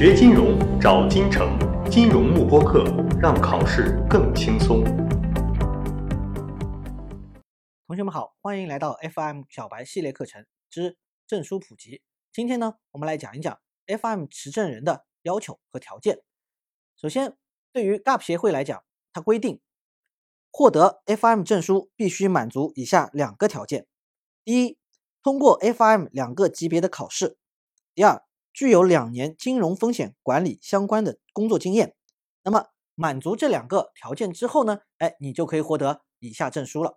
学金融找金城，金融慕播课，让考试更轻松。 同学们好，欢迎来到 FM 小白系列课程之证书普及。今天呢，我们来讲一讲 FM 持证人的要求和条件。首先，对于 GAP 协会来讲，它规定获得 FM 证书必须满足以下2个条件：第一，通过 FM 2个级别的考试；第二，具有2年金融风险管理相关的工作经验。那么满足这2个条件之后呢，你就可以获得以下证书了。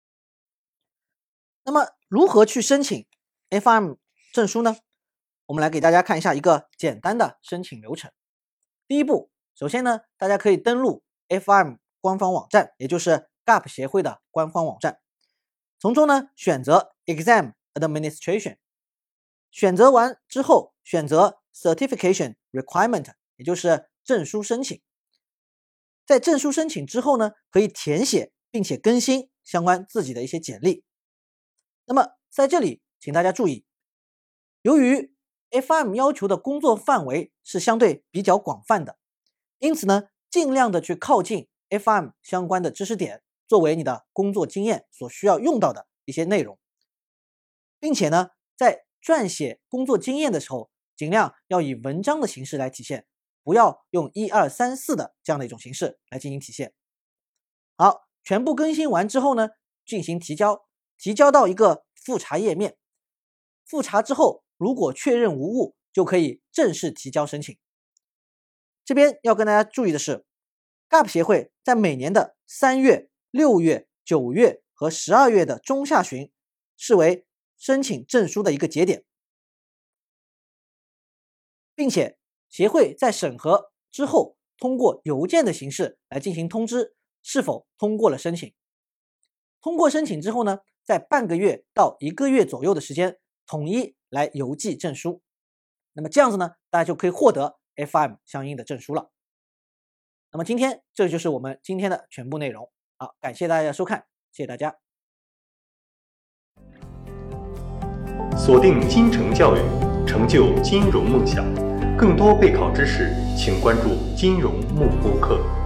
那么如何去申请 FM 证书呢？我们来给大家看一下一个简单的申请流程。第一步，首先呢，大家可以登录 FM 官方网站，也就是 GAP 协会的官方网站，从中呢选择 Exam Administration， 选择完之后选择 Certification Requirement， 也就是证书申请。在证书申请之后呢，可以填写并且更新相关自己的一些简历。那么在这里请大家注意，由于 FM 要求的工作范围是相对比较广泛的，因此呢，尽量的去靠近 FM 相关的知识点，作为你的工作经验所需要用到的一些内容，并且呢，在撰写工作经验的时候，尽量要以文章的形式来体现，不要用1、2、3、4的这样的一种形式来进行体现。好，全部更新完之后呢，进行提交到一个复查页面，复查之后如果确认无误，就可以正式提交申请。这边要跟大家注意的是， GAP 协会在每年的3月、6月、9月和12月的中下旬视为申请证书的一个节点，并且协会在审核之后通过邮件的形式来进行通知是否通过了申请。通过申请之后呢，在半个月到1个月左右的时间统一来邮寄证书。那么这样子呢，大家就可以获得 FM 相应的证书了。那么今天这就是我们今天的全部内容。好，感谢大家的收看，谢谢大家。 锁定金城教育，成就金融梦想。更多备考知识，请关注金融慕播课。